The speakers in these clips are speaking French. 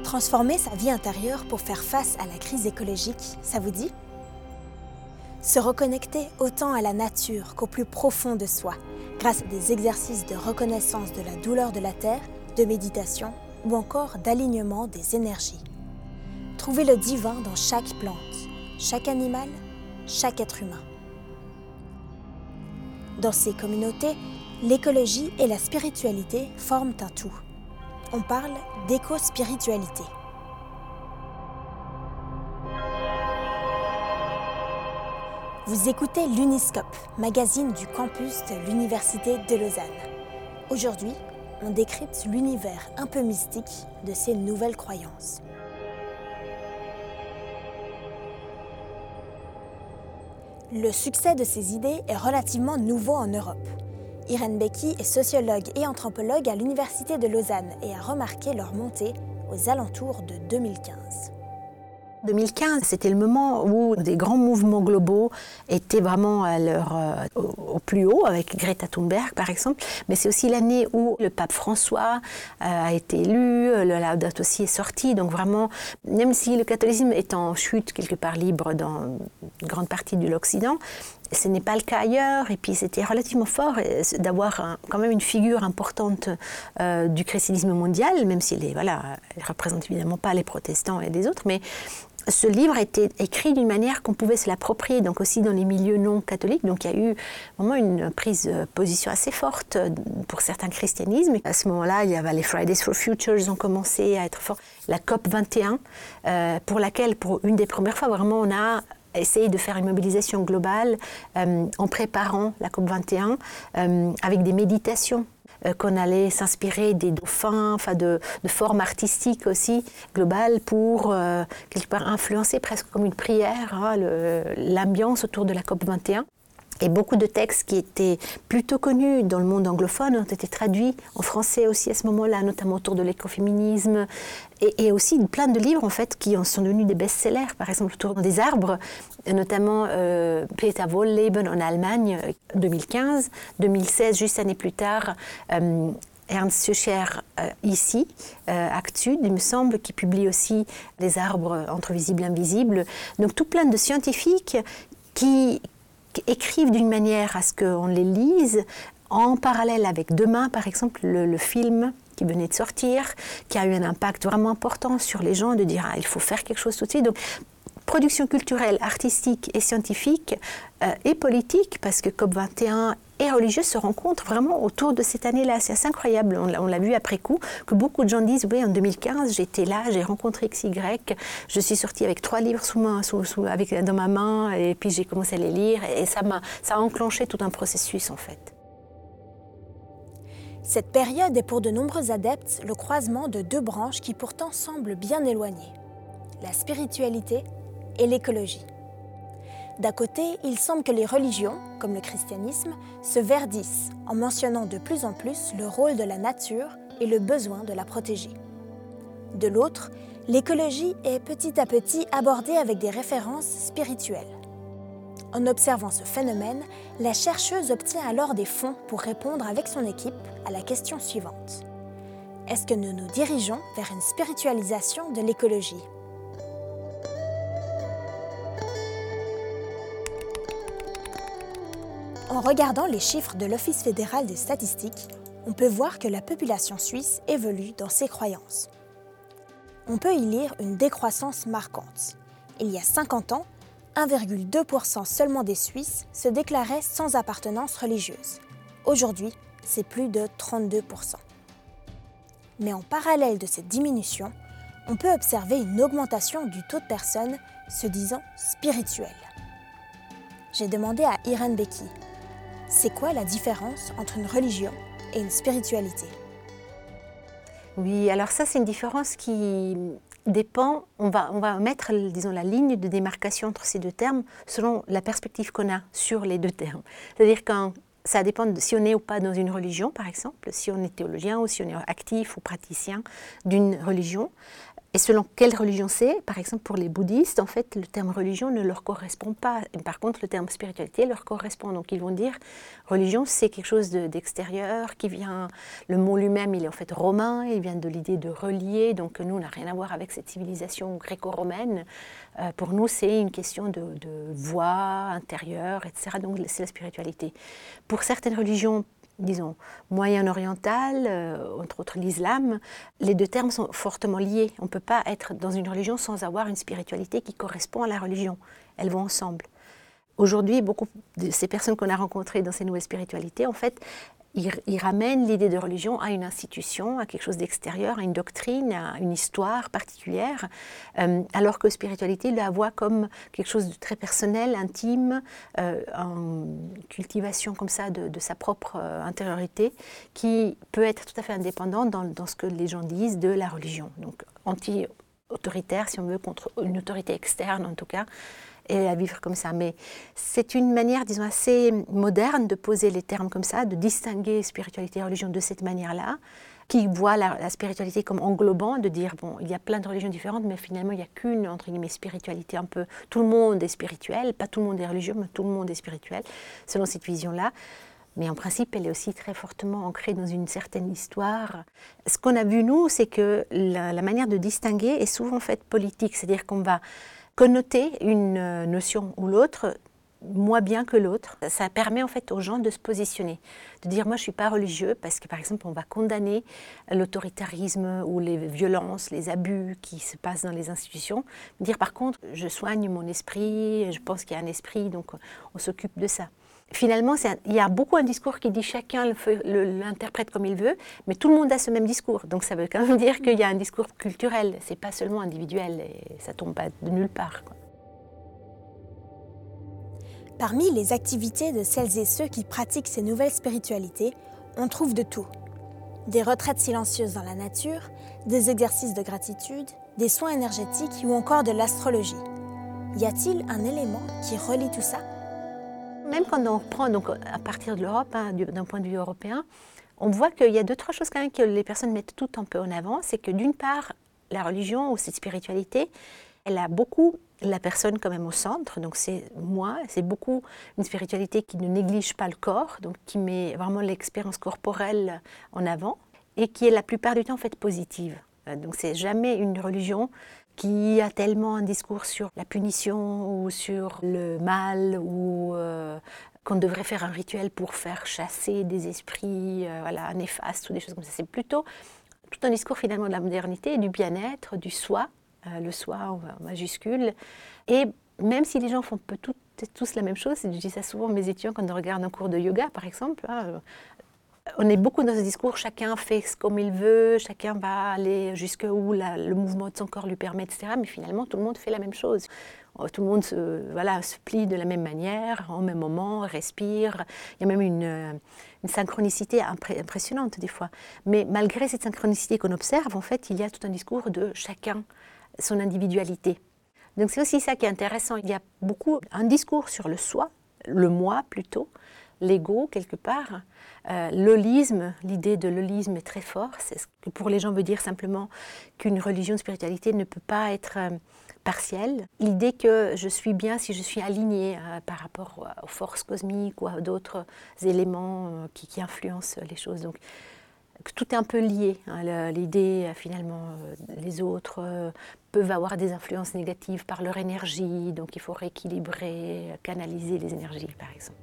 Transformer sa vie intérieure pour faire face à la crise écologique, ça vous dit? Se reconnecter autant à la nature qu'au plus profond de soi, grâce à des exercices de reconnaissance de la douleur de la terre, de méditation ou encore d'alignement des énergies. Trouver le divin dans chaque plante, chaque animal, chaque être humain. Dans ces communautés, l'écologie et la spiritualité forment un tout. On parle d'éco-spiritualité. Vous écoutez l'Uniscope, magazine du campus de l'Université de Lausanne. Aujourd'hui, on décrypte l'univers un peu mystique de ces nouvelles croyances. Le succès de ces idées est relativement nouveau en Europe. Irène Becky est sociologue et anthropologue à l'Université de Lausanne et a remarqué leur montée aux alentours de 2015. 2015, c'était le moment où des grands mouvements globaux étaient vraiment au plus haut, avec Greta Thunberg par exemple, mais c'est aussi l'année où le pape François a été élu, le Laudato Si est sorti, donc vraiment, même si le catholicisme est en chute quelque part libre dans une grande partie de l'Occident, ce n'est pas le cas ailleurs, et puis c'était relativement fort d'avoir quand même une figure importante du christianisme mondial, même s'il ne représente évidemment pas les protestants et les autres, mais ce livre était écrit d'une manière qu'on pouvait se l'approprier, donc aussi dans les milieux non catholiques. Donc il y a eu vraiment une prise de position assez forte pour certains christianismes. À ce moment-là, il y avait les Fridays for Futures ont commencé à être forts. La COP 21, pour laquelle, pour une des premières fois, vraiment, on a essayé de faire une mobilisation globale en préparant la COP 21 avec des méditations. Qu'on allait s'inspirer des dauphins, de formes artistiques aussi globales pour quelque part influencer presque comme une prière l'ambiance autour de la COP 21. Et beaucoup de textes qui étaient plutôt connus dans le monde anglophone ont été traduits en français aussi à ce moment-là, notamment autour de l'écoféminisme et aussi plein de livres en fait qui sont devenus des best-sellers, par exemple autour des arbres, notamment Peter Wohlleben en Allemagne, 2015, 2016, juste l'année plus tard, Ernst Sucher ici, Actud, il me semble, qui publie aussi Les arbres entre visibles et invisibles. Donc tout plein de scientifiques qui écrivent d'une manière à ce qu'on les lise, en parallèle avec Demain, par exemple, le film qui venait de sortir, qui a eu un impact vraiment important sur les gens, de dire il faut faire quelque chose tout de suite. Donc, production culturelle, artistique et scientifique et politique, parce que COP21 et religieuse se rencontrent vraiment autour de cette année-là. C'est assez incroyable, on l'a vu après coup, que beaucoup de gens disent « oui, en 2015, j'étais là, j'ai rencontré XY, je suis sortie avec 3 livres dans ma main, et puis j'ai commencé à les lire, et ça a enclenché tout un processus en fait. » Cette période est pour de nombreux adeptes le croisement de 2 branches qui pourtant semblent bien éloignées, la spiritualité et l'écologie. D'un côté, il semble que les religions, comme le christianisme, se verdissent en mentionnant de plus en plus le rôle de la nature et le besoin de la protéger. De l'autre, l'écologie est petit à petit abordée avec des références spirituelles. En observant ce phénomène, la chercheuse obtient alors des fonds pour répondre avec son équipe à la question suivante. Est-ce que nous nous dirigeons vers une spiritualisation de l'écologie ? En regardant les chiffres de l'Office fédéral des statistiques, on peut voir que la population suisse évolue dans ses croyances. On peut y lire une décroissance marquante. Il y a 50 ans, 1,2% seulement des Suisses se déclaraient sans appartenance religieuse. Aujourd'hui, c'est plus de 32%. Mais en parallèle de cette diminution, on peut observer une augmentation du taux de personnes se disant spirituelles. J'ai demandé à Irène Becky, c'est quoi la différence entre une religion et une spiritualité ? Oui, alors ça c'est une différence qui dépend, on va mettre disons, la ligne de démarcation entre ces 2 termes selon la perspective qu'on a sur les 2 termes. C'est-à-dire quand ça dépend de si on est ou pas dans une religion, par exemple, si on est théologien ou si on est actif ou praticien d'une religion. Et selon quelle religion c'est, par exemple pour les bouddhistes, en fait, le terme religion ne leur correspond pas. Par contre, le terme spiritualité leur correspond. Donc ils vont dire religion, c'est quelque chose d'extérieur qui vient. Le mot lui-même, il est en fait romain, il vient de l'idée de relier. Donc nous, on n'a rien à voir avec cette civilisation gréco-romaine. Pour nous, c'est une question de voie intérieure, etc. Donc c'est la spiritualité. Pour certaines religions, disons, moyen-orientale, entre autres l'islam, les deux termes sont fortement liés. On ne peut pas être dans une religion sans avoir une spiritualité qui correspond à la religion. Elles vont ensemble. Aujourd'hui, beaucoup de ces personnes qu'on a rencontrées dans ces nouvelles spiritualités, en fait, ils ramènent l'idée de religion à une institution, à quelque chose d'extérieur, à une doctrine, à une histoire particulière, alors que spiritualité, ils la voient comme quelque chose de très personnel, intime, en cultivation comme ça de sa propre intériorité, qui peut être tout à fait indépendante dans ce que les gens disent de la religion. Donc anti-autoritaire, si on veut, contre une autorité externe en tout cas, et à vivre comme ça. Mais c'est une manière, disons, assez moderne de poser les termes comme ça, de distinguer spiritualité et religion de cette manière-là, qui voit la spiritualité comme englobant, de dire, bon, il y a plein de religions différentes, mais finalement, il n'y a qu'une, entre guillemets, spiritualité un peu. Tout le monde est spirituel, pas tout le monde est religieux, mais tout le monde est spirituel, selon cette vision-là. Mais en principe, elle est aussi très fortement ancrée dans une certaine histoire. Ce qu'on a vu, nous, c'est que la manière de distinguer est souvent faite politique, c'est-à-dire qu'on va connoter une notion ou l'autre moins bien que l'autre. Ça permet en fait aux gens de se positionner, de dire moi je ne suis pas religieux parce que par exemple on va condamner l'autoritarisme ou les violences, les abus qui se passent dans les institutions, dire par contre je soigne mon esprit, je pense qu'il y a un esprit donc on s'occupe de ça. Finalement, il y a beaucoup un discours qui dit chacun l'interprète comme il veut, mais tout le monde a ce même discours. Donc ça veut quand même dire qu'il y a un discours culturel, c'est pas seulement individuel, et ça tombe pas de nulle part, quoi. Parmi les activités de celles et ceux qui pratiquent ces nouvelles spiritualités, on trouve de tout. Des retraites silencieuses dans la nature, des exercices de gratitude, des soins énergétiques ou encore de l'astrologie. Y a-t-il un élément qui relie tout ça ? Même quand on reprend donc, à partir de l'Europe, d'un point de vue européen, on voit qu'il y a 2-3 choses quand même que les personnes mettent toutes un peu en avant. C'est que d'une part, la religion ou cette spiritualité, elle a beaucoup la personne quand même au centre. Donc c'est beaucoup une spiritualité qui ne néglige pas le corps, donc qui met vraiment l'expérience corporelle en avant et qui est la plupart du temps en fait positive. Donc c'est jamais une religion qui a tellement un discours sur la punition ou sur le mal ou qu'on devrait faire un rituel pour faire chasser des esprits néfastes ou des choses comme ça. C'est plutôt tout un discours finalement de la modernité, du bien-être, du soi, le soi en majuscule. Et même si les gens font tous la même chose, je dis ça souvent à mes étudiants quand on regarde un cours de yoga par exemple, on est beaucoup dans ce discours, chacun fait comme il veut, chacun va aller jusqu'où le mouvement de son corps lui permet, etc. Mais finalement, tout le monde fait la même chose. Tout le monde se plie de la même manière, au même moment, respire. Il y a même une synchronicité impressionnante des fois. Mais malgré cette synchronicité qu'on observe, en fait, il y a tout un discours de chacun, son individualité. Donc c'est aussi ça qui est intéressant. Il y a beaucoup un discours sur le soi, le moi plutôt, l'ego quelque part. L'holisme, l'idée de l'holisme est très forte. C'est ce que pour les gens veut dire simplement qu'une religion, une spiritualité ne peut pas être partielle. L'idée que je suis bien si je suis alignée par rapport aux forces cosmiques ou à d'autres éléments qui influencent les choses. Donc que tout est un peu lié. L'idée finalement, les autres peuvent avoir des influences négatives par leur énergie, donc il faut rééquilibrer, canaliser les énergies par exemple.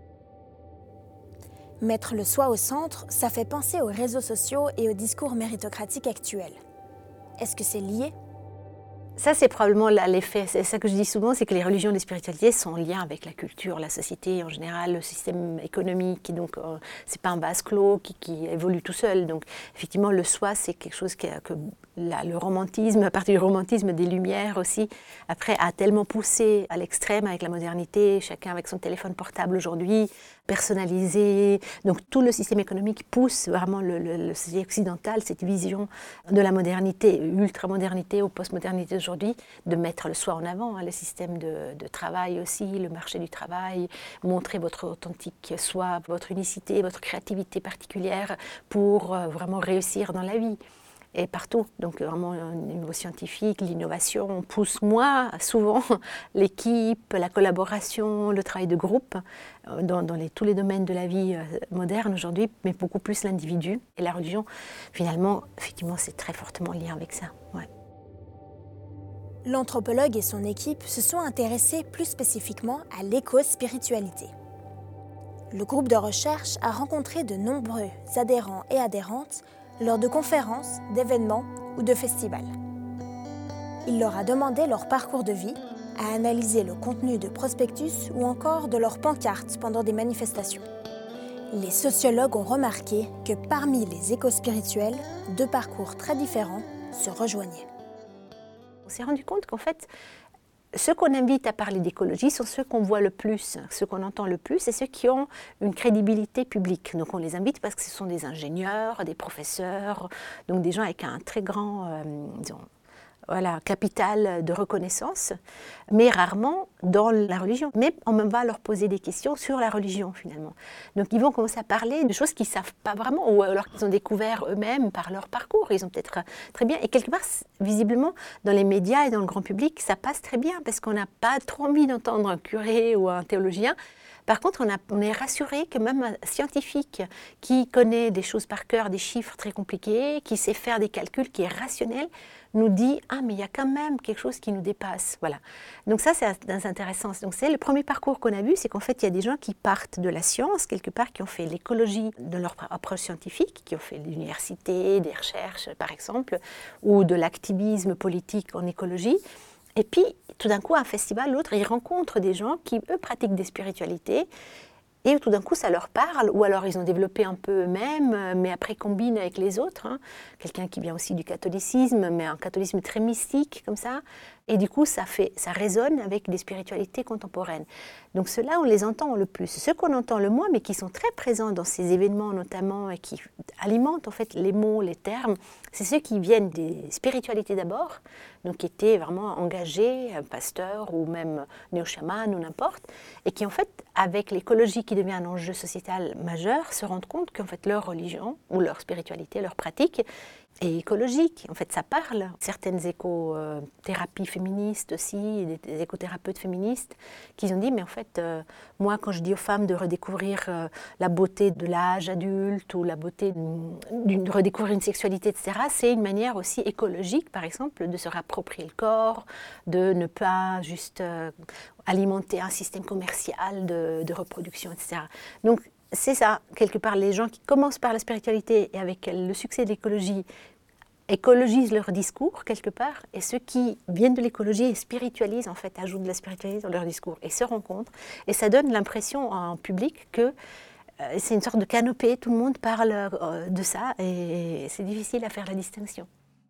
Mettre le soi au centre, ça fait penser aux réseaux sociaux et au discours méritocratique actuel. Est-ce que c'est lié ? Ça, c'est probablement l'effet. C'est ça que je dis souvent, c'est que les religions et les spiritualités sont en lien avec la culture, la société en général, le système économique. Donc, c'est pas un vase clos qui évolue tout seul. Donc, effectivement, le soi, c'est quelque chose que le romantisme, à partir du romantisme des Lumières aussi, après, a tellement poussé à l'extrême avec la modernité, chacun avec son téléphone portable aujourd'hui, personnalisé. Donc, tout le système économique pousse vraiment le système occidental, cette vision de la modernité, ultra-modernité ou post-modernité aujourd'hui, de mettre le soi en avant, le système de travail aussi, le marché du travail, montrer votre authentique soi, votre unicité, votre créativité particulière pour vraiment réussir dans la vie. et partout. Donc vraiment au niveau scientifique, l'innovation, on pousse souvent l'équipe, la collaboration, le travail de groupe dans tous les domaines de la vie moderne aujourd'hui, mais beaucoup plus l'individu. Et la religion, finalement, effectivement, c'est très fortement lié avec ça. Ouais. L'anthropologue et son équipe se sont intéressés plus spécifiquement à l'éco-spiritualité. Le groupe de recherche a rencontré de nombreux adhérents et adhérentes lors de conférences, d'événements ou de festivals. Il leur a demandé leur parcours de vie, à analyser le contenu de prospectus ou encore de leurs pancartes pendant des manifestations. Les sociologues ont remarqué que parmi les éco-spirituels, 2 parcours très différents se rejoignaient. On s'est rendu compte qu'en fait, ceux qu'on invite à parler d'écologie sont ceux qu'on voit le plus, ceux qu'on entend le plus et ceux qui ont une crédibilité publique. Donc on les invite parce que ce sont des ingénieurs, des professeurs, donc des gens avec un très grand capital de reconnaissance, mais rarement dans la religion. Mais on va leur poser des questions sur la religion finalement. Donc ils vont commencer à parler de choses qu'ils ne savent pas vraiment, ou alors qu'ils ont découvert eux-mêmes par leur parcours. Ils ont peut-être très bien. Et quelque part, visiblement, dans les médias et dans le grand public, ça passe très bien, parce qu'on n'a pas trop envie d'entendre un curé ou un théologien. Par contre, on est rassuré que même un scientifique qui connaît des choses par cœur, des chiffres très compliqués, qui sait faire des calculs, qui est rationnel, nous dit « Ah, mais il y a quand même quelque chose qui nous dépasse. » Voilà. Donc ça, c'est intéressant. Donc c'est le premier parcours qu'on a vu, c'est qu'en fait, il y a des gens qui partent de la science, quelque part, qui ont fait l'écologie de leur approche scientifique, qui ont fait l'université, des recherches, par exemple, ou de l'activisme politique en écologie. Et puis, tout d'un coup, à un festival, l'autre, ils rencontrent des gens qui, eux, pratiquent des spiritualités. Et tout d'un coup, ça leur parle, ou alors ils ont développé un peu eux-mêmes, mais après combinent avec les autres. Quelqu'un qui vient aussi du catholicisme, mais un catholicisme très mystique, comme ça. Et du coup, ça résonne avec des spiritualités contemporaines. Donc ceux-là, on les entend le plus. Ceux qu'on entend le moins, mais qui sont très présents dans ces événements notamment, et qui alimentent en fait les mots, les termes, c'est ceux qui viennent des spiritualités d'abord, donc qui étaient vraiment engagés, pasteurs ou même néo-chamans ou n'importe, et qui en fait, avec l'écologie qui devient un enjeu sociétal majeur, se rendent compte qu'en fait leur religion ou leur spiritualité, leur pratique est écologique. En fait, ça parle. Certaines écothérapies féministes aussi, des écothérapeutes féministes, qui ont dit, mais en fait, moi, quand je dis aux femmes de redécouvrir la beauté de l'âge adulte ou la beauté de redécouvrir une sexualité, etc., c'est une manière aussi écologique, par exemple, de se réapproprier le corps, de ne pas juste alimenter un système commercial de reproduction, etc. Donc, c'est ça, quelque part, les gens qui commencent par la spiritualité et avec le succès de l'écologie écologisent leur discours, quelque part, et ceux qui viennent de l'écologie et spiritualisent, en fait, ajoutent de la spiritualité dans leur discours et se rencontrent. Et ça donne l'impression en public que c'est une sorte de canopée, tout le monde parle de ça, et c'est difficile à faire la distinction.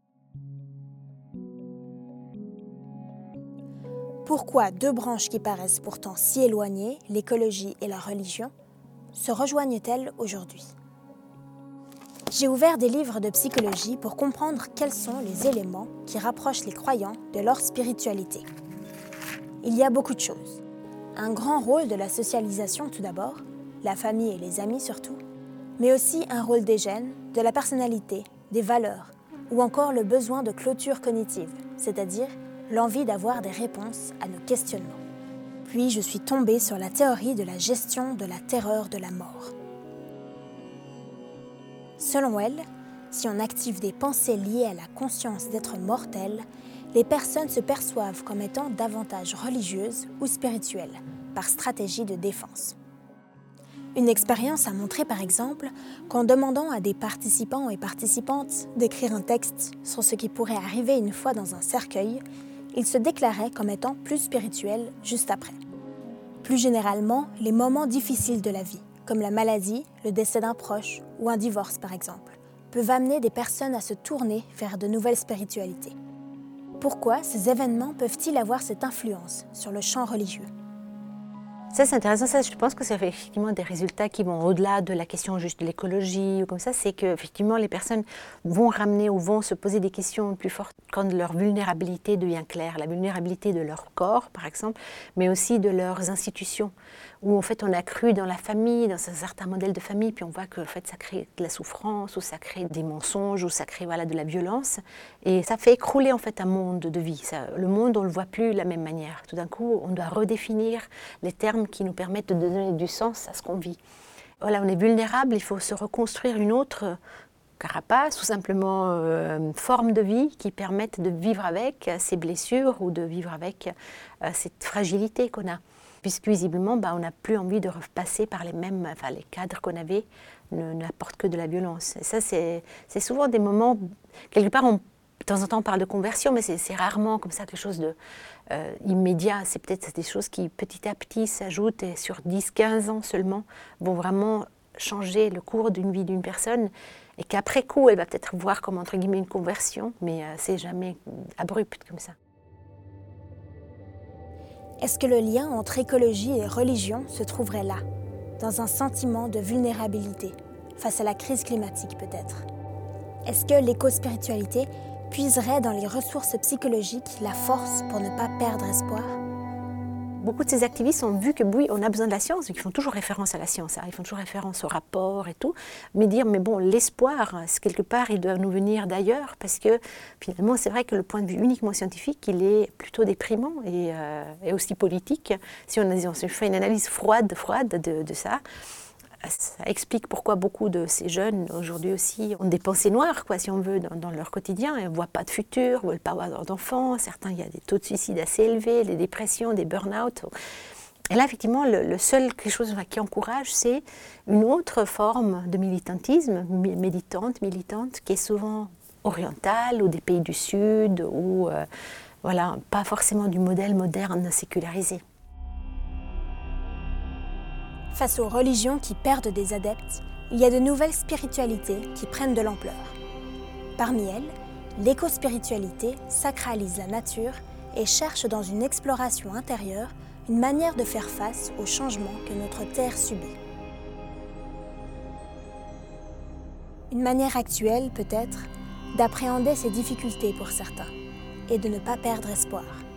Pourquoi 2 branches qui paraissent pourtant si éloignées, l'écologie et la religion, se rejoignent-elles aujourd'hui ? J'ai ouvert des livres de psychologie pour comprendre quels sont les éléments qui rapprochent les croyants de leur spiritualité. Il y a beaucoup de choses. Un grand rôle de la socialisation tout d'abord, la famille et les amis surtout, mais aussi un rôle des gènes, de la personnalité, des valeurs, ou encore le besoin de clôture cognitive, c'est-à-dire l'envie d'avoir des réponses à nos questionnements. Puis je suis tombée sur la théorie de la gestion de la terreur de la mort. Selon elle, si on active des pensées liées à la conscience d'être mortel, les personnes se perçoivent comme étant davantage religieuses ou spirituelles, par stratégie de défense. Une expérience a montré par exemple qu'en demandant à des participants et participantes d'écrire un texte sur ce qui pourrait arriver une fois dans un cercueil, ils se déclaraient comme étant plus spirituels juste après. Plus généralement, les moments difficiles de la vie, comme la maladie, le décès d'un proche ou un divorce par exemple, peuvent amener des personnes à se tourner vers de nouvelles spiritualités. Pourquoi ces événements peuvent-ils avoir cette influence sur le champ religieux ? Ça, c'est intéressant. Ça, je pense que c'est effectivement des résultats qui vont au-delà de la question juste de l'écologie ou comme ça. C'est qu'effectivement, les personnes vont ramener ou vont se poser des questions plus fortes quand leur vulnérabilité devient claire. La vulnérabilité de leur corps, par exemple, mais aussi de leurs institutions. Où en fait, on a cru dans la famille, dans un certain modèle de famille, puis on voit que en fait, ça crée de la souffrance, ou ça crée des mensonges, ou ça crée de la violence. Et ça fait écrouler en fait un monde de vie. Le monde, on ne le voit plus de la même manière. Tout d'un coup, on doit redéfinir les termes qui nous permettent de donner du sens à ce qu'on vit. Voilà, on est vulnérable, il faut se reconstruire une autre carapace ou simplement forme de vie qui permette de vivre avec ces blessures ou de vivre avec cette fragilité qu'on a. Puisque visiblement, on n'a plus envie de repasser par les cadres qu'on avait n'apportent que de la violence. Et ça, c'est souvent des moments, quelque part, de temps en temps on parle de conversion, mais c'est rarement comme ça quelque chose de immédiat. C'est peut-être des choses qui petit à petit s'ajoutent et sur 10-15 ans seulement vont vraiment changer le cours d'une vie d'une personne et qu'après coup, elle va peut-être voir comme entre guillemets une conversion, mais c'est jamais abrupt comme ça. Est-ce que le lien entre écologie et religion se trouverait là, dans un sentiment de vulnérabilité, face à la crise climatique peut-être? Est-ce que l'éco-spiritualité puiserait dans les ressources psychologiques la force pour ne pas perdre espoir? Beaucoup de ces activistes ont vu que oui, on a besoin de la science, ils font toujours référence à la science, ils font toujours référence au rapport et tout, mais dire, mais bon, l'espoir, c'est quelque part, il doit nous venir d'ailleurs, parce que finalement, c'est vrai que le point de vue uniquement scientifique, il est plutôt déprimant et aussi politique. Si on fait une analyse froide de ça, ça explique pourquoi beaucoup de ces jeunes aujourd'hui aussi ont des pensées noires, si on veut, dans leur quotidien. Ils ne voient pas de futur, ne veulent pas avoir d'enfants. Certains, il y a des taux de suicide assez élevés, des dépressions, des burn-out. Et là, effectivement, le seul quelque chose qui encourage, c'est une autre forme de militantisme, militante, qui est souvent orientale, ou des pays du Sud, ou pas forcément du modèle moderne sécularisé. Face aux religions qui perdent des adeptes, il y a de nouvelles spiritualités qui prennent de l'ampleur. Parmi elles, l'éco-spiritualité sacralise la nature et cherche dans une exploration intérieure une manière de faire face aux changements que notre Terre subit. Une manière actuelle, peut-être, d'appréhender ces difficultés pour certains et de ne pas perdre espoir.